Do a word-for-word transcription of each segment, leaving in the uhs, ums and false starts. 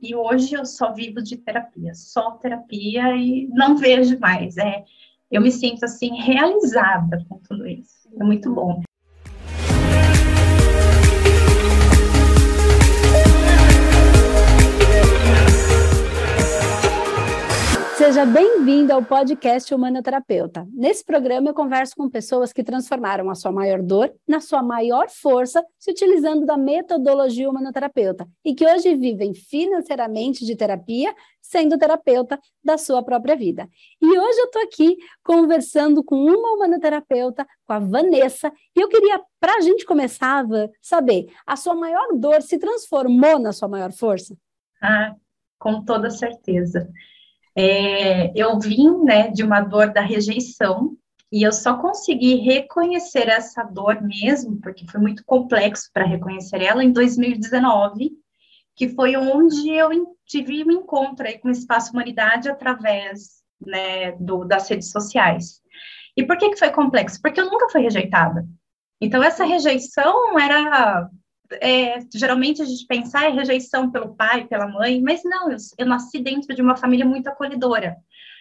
e hoje eu só vivo de terapia, só terapia e não vejo mais. É, eu me sinto assim realizada com tudo isso. É muito bom. Seja bem-vindo ao podcast Humanoterapeuta. Nesse programa eu converso com pessoas que transformaram a sua maior dor na sua maior força, se utilizando da metodologia humanoterapeuta e que hoje vivem financeiramente de terapia, sendo terapeuta da sua própria vida. E hoje eu estou aqui conversando com uma humanoterapeuta, com a Vanessa, e eu queria, para a gente começar, Van, saber, a sua maior dor se transformou na sua maior força? Ah, com toda certeza. É, eu vim, né, de uma dor da rejeição e eu só consegui reconhecer essa dor mesmo, porque foi muito complexo para reconhecer ela, em dois mil e dezenove, que foi onde eu tive um encontro aí com o Espaço Humanidade através, né, do, das redes sociais. E por que que foi complexo? Porque eu nunca fui rejeitada. Então, essa rejeição era... É, geralmente a gente pensa, ah, é rejeição pelo pai, pela mãe, mas não, eu, eu nasci dentro de uma família muito acolhedora.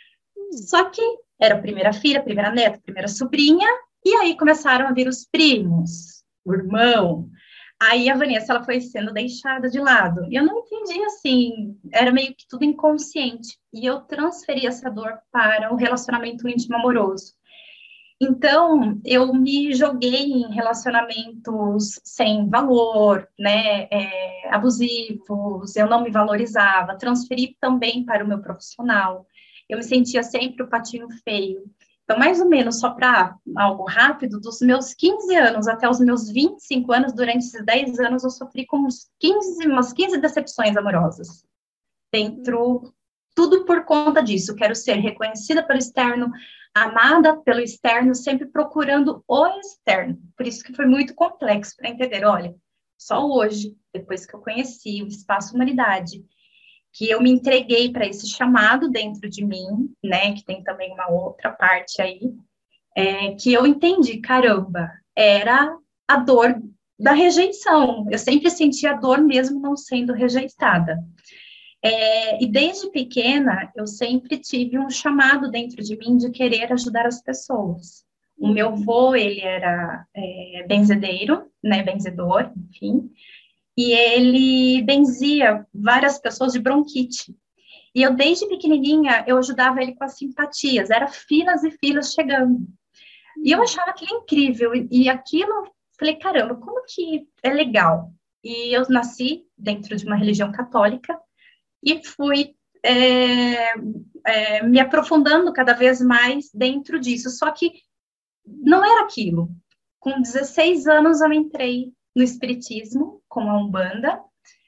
Só que era a primeira filha, a primeira neta, a primeira sobrinha, e aí começaram a vir os primos, o irmão. Aí a Vanessa, ela foi sendo deixada de lado. E eu não entendi, assim, era meio que tudo inconsciente. E eu transferi essa dor para o relacionamento íntimo amoroso. Então, eu me joguei em relacionamentos sem valor, né, é, abusivos, eu não me valorizava, transferi também para o meu profissional, eu me sentia sempre o patinho feio. Então, mais ou menos, só para algo rápido, dos meus quinze anos até os meus vinte e cinco anos, durante esses dez anos, eu sofri com uns quinze, umas quinze decepções amorosas. Dentro, tudo por conta disso, quero ser reconhecida pelo externo, amada pelo externo, sempre procurando o externo. Por isso que foi muito complexo para entender. Olha, só hoje, depois que eu conheci o Espaço Humanidade, que eu me entreguei para esse chamado dentro de mim, né, que tem também uma outra parte aí, é, que eu entendi, caramba, era a dor da rejeição. Eu sempre senti a dor mesmo não sendo rejeitada. É, e desde pequena, eu sempre tive um chamado dentro de mim de querer ajudar as pessoas. O meu avô, ele era é, benzedeiro, né, benzedor, enfim, e ele benzia várias pessoas de bronquite. E eu, desde pequenininha, eu ajudava ele com as simpatias, era filas e filas chegando. E eu achava aquilo incrível, e, e aquilo, falei, caramba, como que é legal? E eu nasci dentro de uma religião católica, e fui é, é, me aprofundando cada vez mais dentro disso. Só que não era aquilo. Com dezesseis anos, eu entrei no espiritismo, com a Umbanda,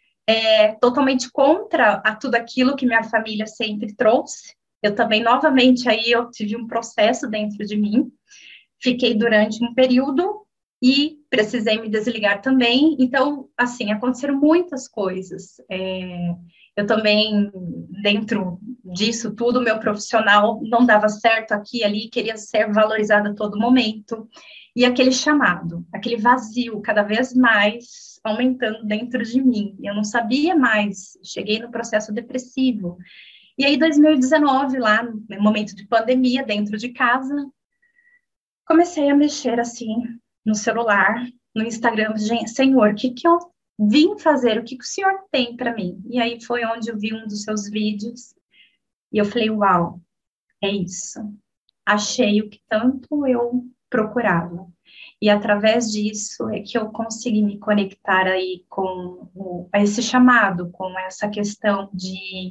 é, totalmente contra a tudo aquilo que minha família sempre trouxe. Eu também, novamente, aí eu tive um processo dentro de mim. Fiquei durante um período e precisei me desligar também. Então, assim, aconteceram muitas coisas. É, eu também, dentro disso tudo, meu profissional não dava certo aqui e ali, queria ser valorizada a todo momento. E aquele chamado, aquele vazio, cada vez mais aumentando dentro de mim. Eu não sabia mais, cheguei no processo depressivo. E aí, dois mil e dezenove, lá no momento de pandemia, dentro de casa, comecei a mexer, assim, no celular, no Instagram. Gente, Senhor, o que que eu vim fazer? O que que o Senhor tem para mim? E aí foi onde eu vi um dos seus vídeos e eu falei, uau, é isso. Achei o que tanto eu procurava. E através disso é que eu consegui me conectar aí com o, esse chamado, com essa questão de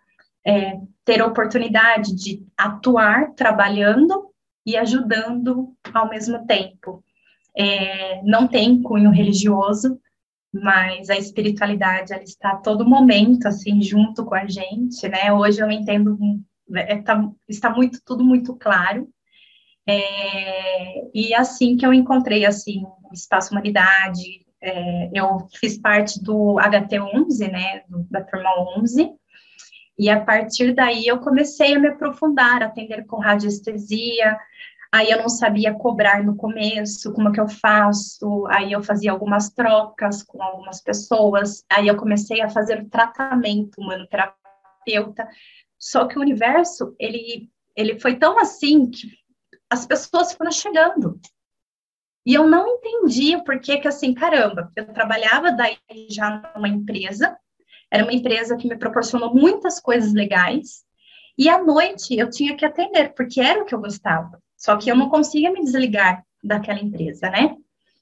é, ter a oportunidade de atuar trabalhando e ajudando ao mesmo tempo. É, não tem cunho religioso, mas a espiritualidade, ela está a todo momento, assim, junto com a gente, né? Hoje eu entendo, é, tá, está muito, tudo muito claro, é, e assim que eu encontrei, assim, o Espaço Humanidade, é, eu fiz parte do H T onze, né, do, da turma onze, e a partir daí eu comecei a me aprofundar, atender com radiestesia, Aí eu não sabia cobrar no começo, como é que eu faço, aí eu fazia algumas trocas com algumas pessoas, aí eu comecei a fazer o tratamento humanoterapeuta, só que o universo, ele, ele foi tão assim que as pessoas foram chegando, e eu não entendia por que que assim, caramba, eu trabalhava daí já numa empresa, era uma empresa que me proporcionou muitas coisas legais, e à noite eu tinha que atender, porque era o que eu gostava. Só que eu não conseguia me desligar daquela empresa, né?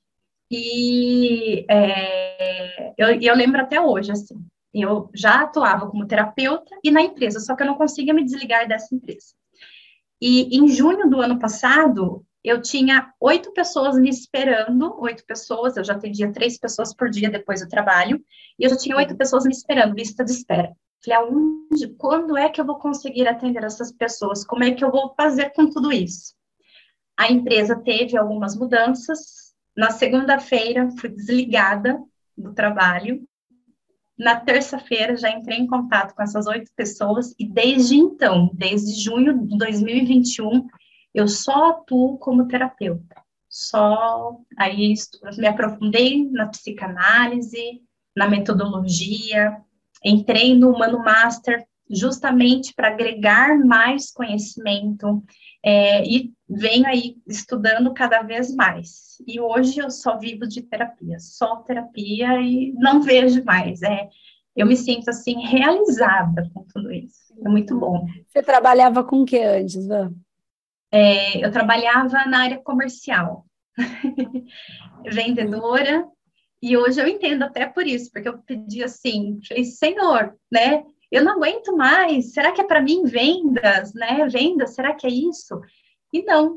E é, eu, eu lembro até hoje, assim, eu já atuava como terapeuta e na empresa, só que eu não conseguia me desligar dessa empresa. E em junho do ano passado, eu tinha oito pessoas me esperando, oito pessoas, eu já atendia três pessoas por dia depois do trabalho, e eu já tinha oito pessoas me esperando, lista de espera. Falei, aonde, quando é que eu vou conseguir atender essas pessoas? Como é que eu vou fazer com tudo isso? A empresa teve algumas mudanças. Na segunda-feira, fui desligada do trabalho. Na terça-feira, já entrei em contato com essas oito pessoas. E desde então, desde junho de dois mil e vinte e um, eu só atuo como terapeuta. Só aí me aprofundei na psicanálise, na metodologia, entrei no Humano Master justamente para agregar mais conhecimento, é, e venho aí estudando cada vez mais. E hoje eu só vivo de terapia, só terapia e não vejo mais. É, eu me sinto assim realizada com tudo isso. É muito bom. Você trabalhava com o que antes, Van? É, eu trabalhava na área comercial, vendedora, e hoje eu entendo até por isso, porque eu pedi assim, falei, Senhor, né? Eu não aguento mais. Será que é para mim vendas, né? Vendas, será que é isso? E não.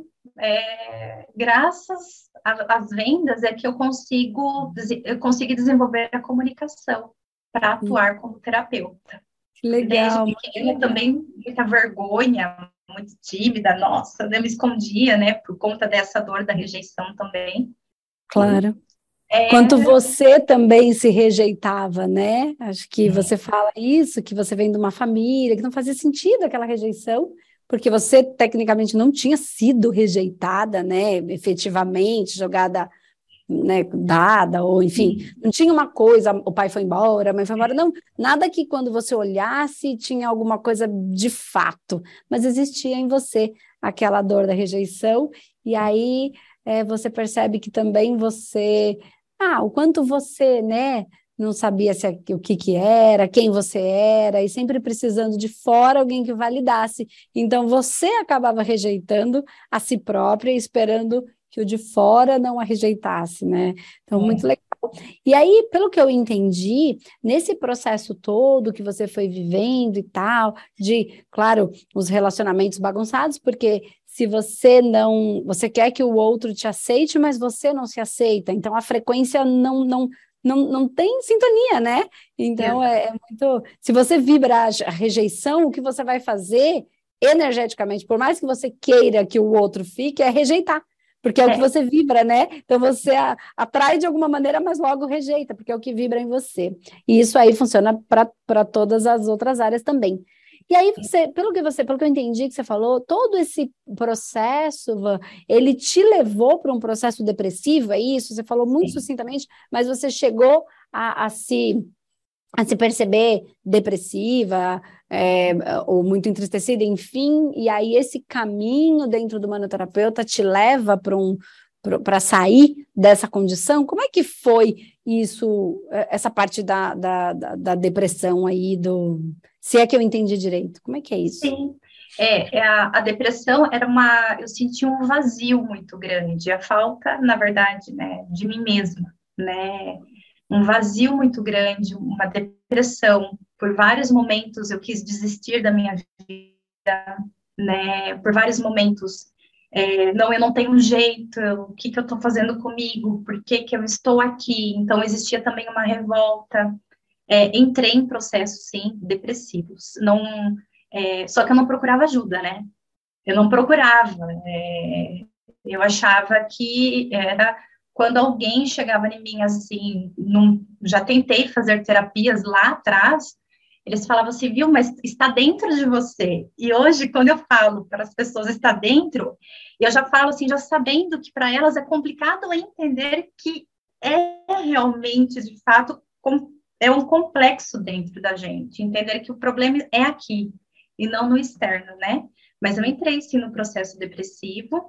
É, graças às vendas é que eu consigo, eu consigo desenvolver a comunicação para atuar como terapeuta. Que legal. Desde pequena também muita vergonha, muito tímida, nossa, eu me escondia, né? Por conta dessa dor da rejeição também. Claro. É... Quanto você também se rejeitava, né? Acho que você fala isso, que você vem de uma família, que não fazia sentido aquela rejeição, porque você tecnicamente não tinha sido rejeitada, né? Efetivamente, jogada, né? Dada, ou enfim, não tinha uma coisa, o pai foi embora, a mãe foi embora, não, nada que quando você olhasse tinha alguma coisa de fato, mas existia em você aquela dor da rejeição, e aí é, você percebe que também você. Ah, o quanto você, né, não sabia se, o que que era, quem você era, e sempre precisando de fora alguém que validasse. Então, você acabava rejeitando a si própria, esperando que o de fora não a rejeitasse, né? Então, muito legal. E aí, pelo que eu entendi, nesse processo todo que você foi vivendo e tal, de, claro, os relacionamentos bagunçados, porque se você não, você quer que o outro te aceite, mas você não se aceita, então a frequência não, não, não, não tem sintonia, né? Então é, é muito, se você vibra a rejeição, o que você vai fazer energeticamente, por mais que você queira que o outro fique, é rejeitar, porque é, é. o que você vibra, né? Então você a, atrai de alguma maneira, mas logo rejeita, porque é o que vibra em você. E isso aí funciona para todas as outras áreas também. E aí, você, pelo que você, pelo que eu entendi que você falou, todo esse processo, Van, ele te levou para um processo depressivo, é isso? Você falou muito sucintamente, mas você chegou a, a, se, a se perceber depressiva, é, ou muito entristecida, enfim, e aí esse caminho dentro do manoterapeuta te leva para um para sair dessa condição? Como é que foi isso, essa parte da, da, da, da depressão aí, do, se é que eu entendi direito? Como é que é isso? Sim, é, a, a depressão era uma, eu sentia um vazio muito grande, a falta, na verdade, né, de mim mesma, né, um vazio muito grande, uma depressão, por vários momentos eu quis desistir da minha vida, né, por vários momentos É, não, eu não tenho jeito, o que, que eu estou fazendo comigo, por que, que eu estou aqui? Então, existia também uma revolta. É, entrei em processos, sim, depressivos. Não, é, só que eu não procurava ajuda, né? Eu não procurava. É, eu achava que era quando alguém chegava em mim assim, num, já tentei fazer terapias lá atrás, eles falavam assim, viu, mas está dentro de você. E hoje, quando eu falo para as pessoas está dentro, eu já falo assim, já sabendo que para elas é complicado entender que é realmente, de fato, é um complexo dentro da gente. Entender que o problema é aqui e não no externo, né? Mas eu entrei, sim, no processo depressivo.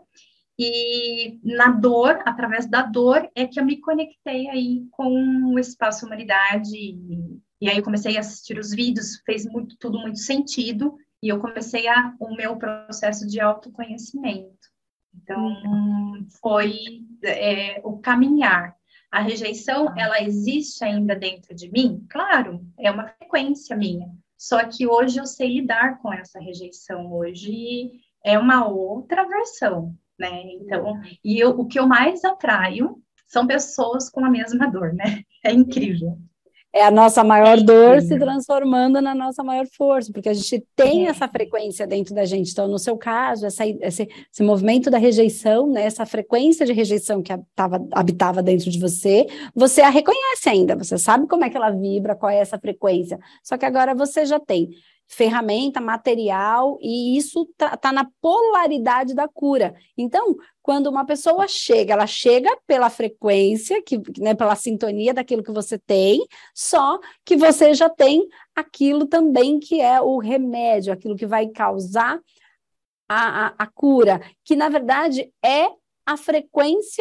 E na dor, através da dor, é que eu me conectei aí com o Espaço Humanidade. E, e aí eu comecei a assistir os vídeos, fez muito, tudo muito sentido. E eu comecei a, o meu processo de autoconhecimento. Então, foi é, o caminhar. A rejeição, ela existe ainda dentro de mim? Claro, é uma frequência minha. Só que hoje eu sei lidar com essa rejeição. Hoje é uma outra versão. Né? Então, e eu, o que eu mais atraio são pessoas com a mesma dor, né? É incrível. É a nossa maior é dor se transformando na nossa maior força, porque a gente tem é. essa frequência dentro da gente. Então, no seu caso, essa, esse, esse movimento da rejeição, né, essa frequência de rejeição que tava, habitava dentro de você, você a reconhece ainda, você sabe como é que ela vibra, qual é essa frequência. Só que agora você já tem ferramenta, material, e isso tá, tá na polaridade da cura. Então, quando uma pessoa chega, ela chega pela frequência, que, né, pela sintonia daquilo que você tem, só que você já tem aquilo também que é o remédio, aquilo que vai causar a, a, a cura, que na verdade é a frequência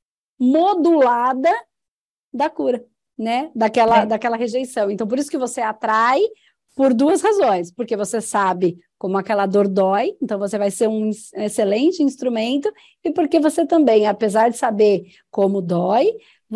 modulada da cura, né, daquela, é. daquela rejeição. Então, por isso que você atrai. Por duas razões, porque você sabe como aquela dor dói, então você vai ser um excelente instrumento, e porque você também, apesar de saber como dói,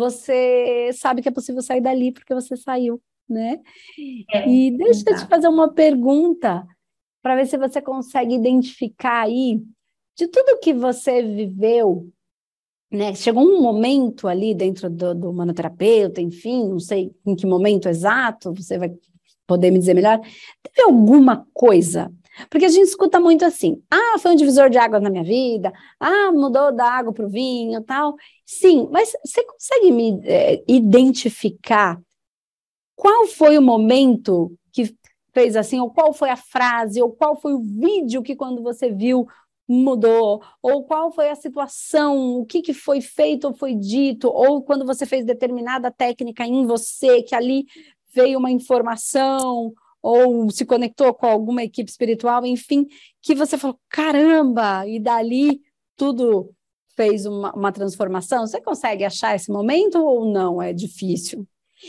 você sabe que é possível sair dali porque você saiu, né? É, e deixa exato. eu te fazer uma pergunta, para ver se você consegue identificar aí, de tudo que você viveu, né? Chegou um momento ali dentro do, do manoterapeuta, enfim, não sei em que momento exato, você vai poder me dizer melhor, teve alguma coisa? Porque a gente escuta muito assim, ah, foi um divisor de águas na minha vida, ah, mudou da água para o vinho e tal. Sim, mas você consegue me é, identificar qual foi o momento que fez assim, ou qual foi a frase, ou qual foi o vídeo que quando você viu mudou, ou qual foi a situação, o que, que foi feito ou foi dito, ou quando você fez determinada técnica em você, que ali veio uma informação, ou se conectou com alguma equipe espiritual, enfim, que você falou, caramba, e dali tudo fez uma, uma transformação. Você consegue achar esse momento ou não? É difícil?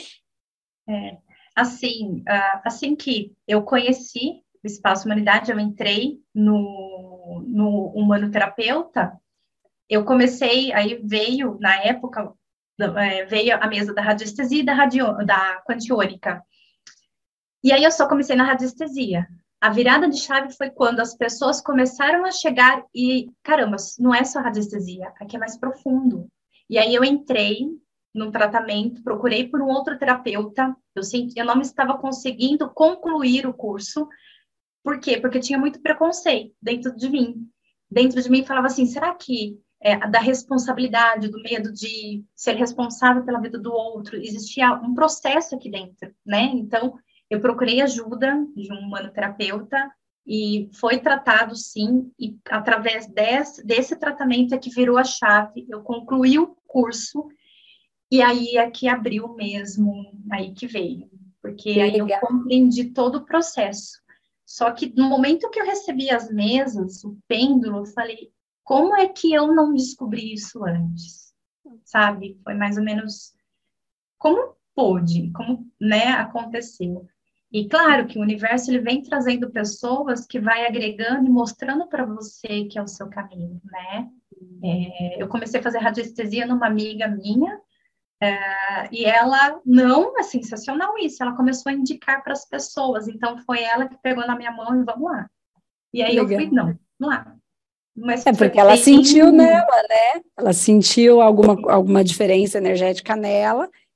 É, assim, assim que eu conheci o Espaço Humanidade, eu entrei no, no humanoterapeuta, eu comecei, aí veio, na época, veio a mesa da radiestesia e da, radio, da quantiônica. E aí eu só comecei na radiestesia. A virada de chave foi quando as pessoas começaram a chegar e, caramba, não é só radiestesia, aqui é mais profundo. E aí eu entrei no tratamento, procurei por um outro terapeuta, eu, senti, eu não estava conseguindo concluir o curso. Por quê? Porque tinha muito preconceito dentro de mim. Dentro de mim falava assim, será que é, da responsabilidade, do medo de ser responsável pela vida do outro, existia um processo aqui dentro, né? Então, eu procurei ajuda de um humanoterapeuta e foi tratado, sim, e através desse, desse tratamento é que virou a chave, eu concluí o curso, e aí é que abriu mesmo, aí que veio, porque aí eu compreendi todo o processo. Só que no momento que eu recebi as mesas, o pêndulo, eu falei, como é que eu não descobri isso antes? Sabe? Foi mais ou menos como pôde, como, né, aconteceu. E claro que o universo ele vem trazendo pessoas que vai agregando e mostrando para você que é o seu caminho, né? É, eu comecei a fazer radiestesia numa amiga minha, é, e ela, não, é sensacional isso, ela começou a indicar para as pessoas, então foi ela que pegou na minha mão e vamos lá. E aí Legal. eu fui, não, vamos lá. Mas é porque ela bem... sentiu nela, né? Ela sentiu alguma, alguma diferença energética nela,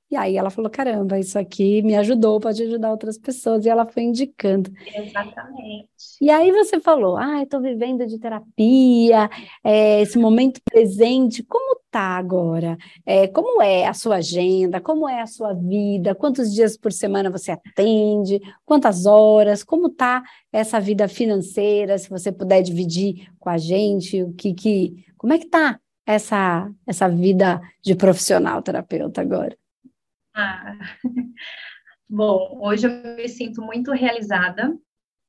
E aí ela falou, caramba, isso aqui me ajudou, pode ajudar outras pessoas. E ela foi indicando. Exatamente. E aí você falou, ah, estou vivendo de terapia, é, esse momento presente, como tá agora? É, como é a sua agenda? Como é a sua vida? Quantos dias por semana você atende? Quantas horas? Como tá essa vida financeira? Se você puder dividir com a gente, o que que, como é que tá essa essa vida de profissional terapeuta agora? Ah, bom, hoje eu me sinto muito realizada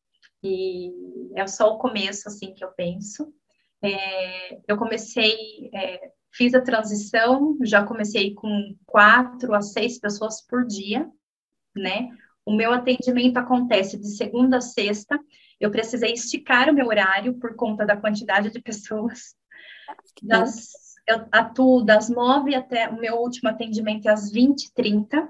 e é só o começo, assim, que eu penso. É, eu comecei, é, fiz a transição, já comecei com quatro a seis pessoas por dia, né? O meu atendimento acontece de segunda a sexta. Eu precisei esticar o meu horário por conta da quantidade de pessoas. Que bom. Das, eu atuo das nove até o meu último atendimento é às vinte e trinta,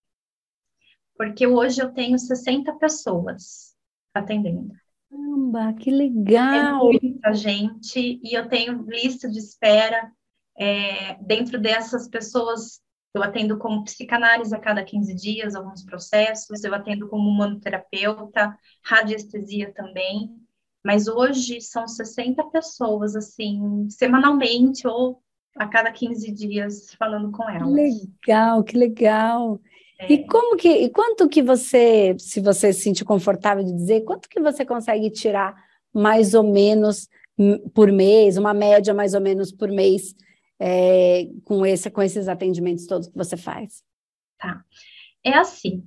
porque hoje eu tenho sessenta pessoas atendendo. Caramba, que É legal! muita gente e eu tenho lista de espera. É, dentro dessas pessoas, eu atendo como psicanálise a cada quinze dias, alguns processos, eu atendo como humanoterapeuta, radiestesia também. Mas hoje são sessenta pessoas, assim, semanalmente ou a cada quinze dias, falando com Que elas. legal, que legal. E É, como que, e quanto que você, se você se sentir confortável de dizer, quanto que você consegue tirar mais ou menos hum, por mês, uma média mais ou menos por mês, é, com esse, com esses atendimentos todos que você faz? tá. É assim,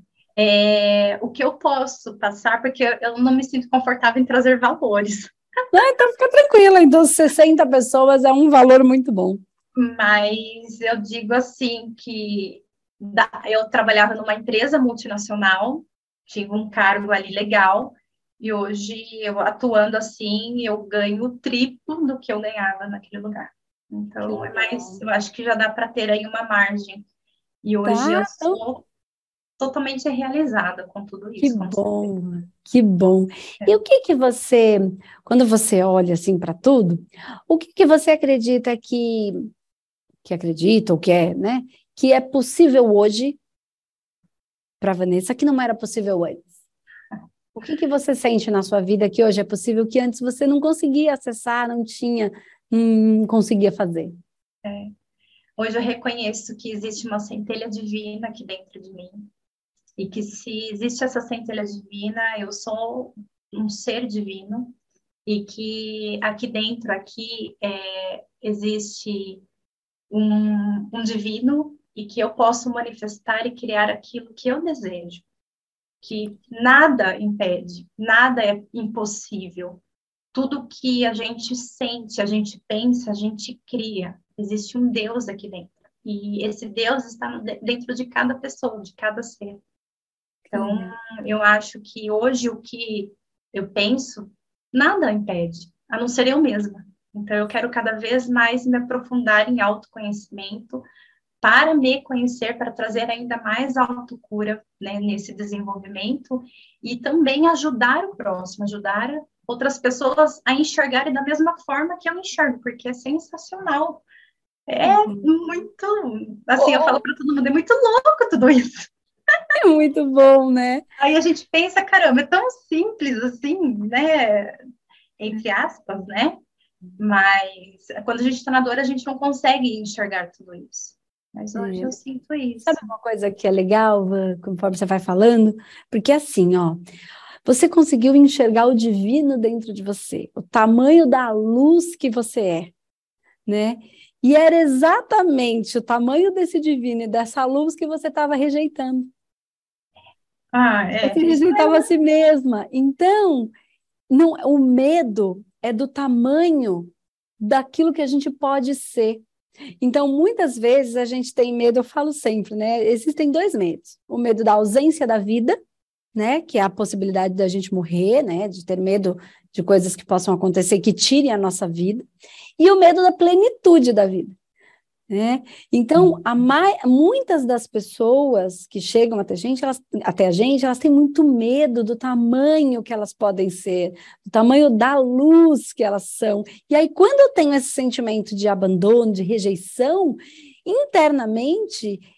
é, o que eu posso passar, porque eu, eu não me sinto confortável em trazer valores. Ah, então fica tranquila, então sessenta pessoas é um valor muito bom. Mas eu digo assim que eu trabalhava numa empresa multinacional, tive um cargo ali legal, e hoje eu atuando assim, eu ganho o triplo do que eu ganhava naquele lugar. Que Então, é mais, legal. eu acho que já dá para ter aí uma margem. E hoje eu Tá, então, sou totalmente realizada com tudo que isso, com certeza. bom, que bom. E o que que você, quando você olha assim para tudo, o que que você acredita que que acredita ou que é, né, que é possível hoje para Vanessa, que não era possível antes? O que que você sente na sua vida que hoje é possível que antes você não conseguia acessar, não tinha, não conseguia fazer? É. Hoje eu reconheço que existe uma centelha divina aqui dentro de mim, e que se existe essa centelha divina, eu sou um ser divino, e que aqui dentro, aqui, é, existe um, um divino, e que eu posso manifestar e criar aquilo que eu desejo, que nada impede, nada é impossível. Tudo que a gente sente, a gente pensa, a gente cria. Existe um Deus aqui dentro. E esse Deus está dentro de cada pessoa, de cada ser. Então, eu acho que hoje o que eu penso, nada impede, a não ser eu mesma. Então, eu quero cada vez mais me aprofundar em autoconhecimento para me conhecer, para trazer ainda mais autocura, né, nesse desenvolvimento e também ajudar o próximo, ajudar outras pessoas a enxergarem da mesma forma que eu enxergo, porque é sensacional. É Uhum. muito, assim, eu falo Oh, para todo mundo, é muito louco tudo isso. é muito bom, né? Aí a gente pensa, caramba, é tão simples assim, né? Entre aspas, né? Mas quando a gente está na dor, a gente não consegue enxergar tudo isso. Mas hoje É. eu sinto Sabe isso. uma coisa que é legal, Van, conforme você vai falando? Porque assim, ó, você conseguiu enxergar o divino dentro de você, o tamanho da luz que você é, né? E era exatamente o tamanho desse divino e dessa luz que você estava rejeitando. Ah, é, Você isso rejeitava a mesmo. si mesma. Então, não, o medo é do tamanho daquilo que a gente pode ser. Então, muitas vezes a gente tem medo, eu falo sempre, né? Existem dois medos: o medo da ausência da vida, né? Que é a possibilidade da gente morrer, né? De ter medo de coisas que possam acontecer que tirem a nossa vida, e o medo da plenitude da vida. Né? Então, a mai... muitas das pessoas que chegam até a gente, elas, até a gente, elas têm muito medo do tamanho que elas podem ser, do tamanho da luz que elas são. E aí, quando eu tenho esse sentimento de abandono, de rejeição, internamente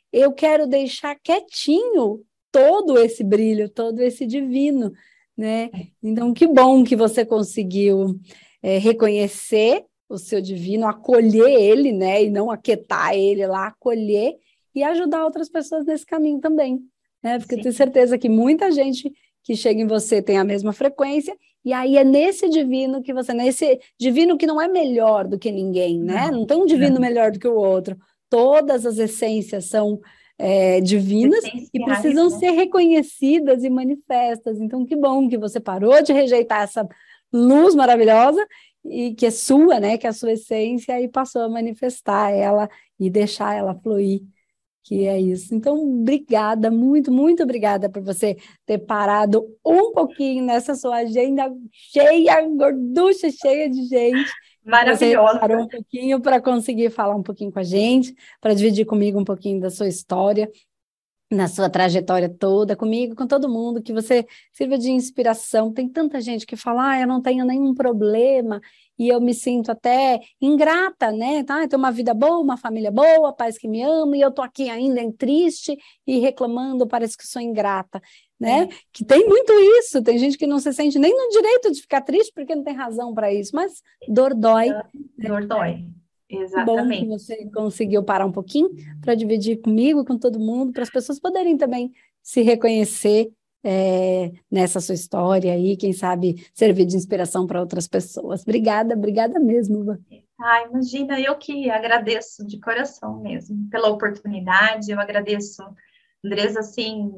eu quero deixar quietinho todo esse brilho, todo esse divino, né? Então, que bom que você conseguiu é, reconhecer o seu divino, acolher ele, né? E não aquietar ele lá, acolher e ajudar outras pessoas nesse caminho também, né? Porque Sim. eu tenho certeza que muita gente que chega em você tem a mesma frequência, e aí é nesse divino que você, nesse divino que não é melhor do que ninguém, né? Não, não tem um divino não. melhor do que o outro. Todas as essências são é, divinas e precisam né? ser reconhecidas e manifestas. Então, que bom que você parou de rejeitar essa luz maravilhosa e que é sua, né? Que é a sua essência, e passou a manifestar ela e deixar ela fluir. Que é isso. Então, obrigada, muito, muito obrigada por você ter parado um pouquinho nessa sua agenda cheia, gorducha, cheia de gente. Maravilhosa. Você parou um pouquinho para conseguir falar um pouquinho com a gente, para dividir comigo um pouquinho da sua história, na sua trajetória toda, comigo, com todo mundo, que você sirva de inspiração. Tem tanta gente que fala, ah, eu não tenho nenhum problema, e eu me sinto até ingrata, né? Tá? Eu tenho uma vida boa, uma família boa, pais que me amam, e eu tô aqui ainda em triste e reclamando, parece que sou ingrata, né? É. Que tem muito isso, tem gente que não se sente nem no direito de ficar triste porque não tem razão para isso, mas dor dói. Dor né? dói. Exatamente. Bom que você conseguiu parar um pouquinho para dividir comigo, com todo mundo, para as pessoas poderem também se reconhecer é, nessa sua história aí, quem sabe servir de inspiração para outras pessoas. Obrigada, obrigada mesmo, Iva. Ah, imagina, eu que agradeço de coração mesmo pela oportunidade, eu agradeço, Andresa, assim,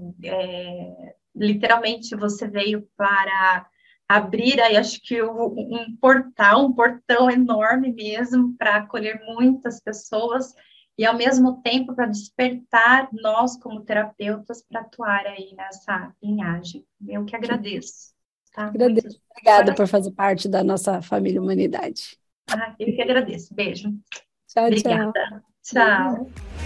é, literalmente você veio para abrir aí, acho que um portal, um portão enorme mesmo, para acolher muitas pessoas e, ao mesmo tempo, para despertar nós, como terapeutas, para atuar aí nessa linhagem. Eu que agradeço. Tá? Agradeço. Muito Obrigada por fazer parte da nossa família Humanidade. Ah, eu que agradeço. Beijo. Tchau, Obrigada. tchau. Tchau.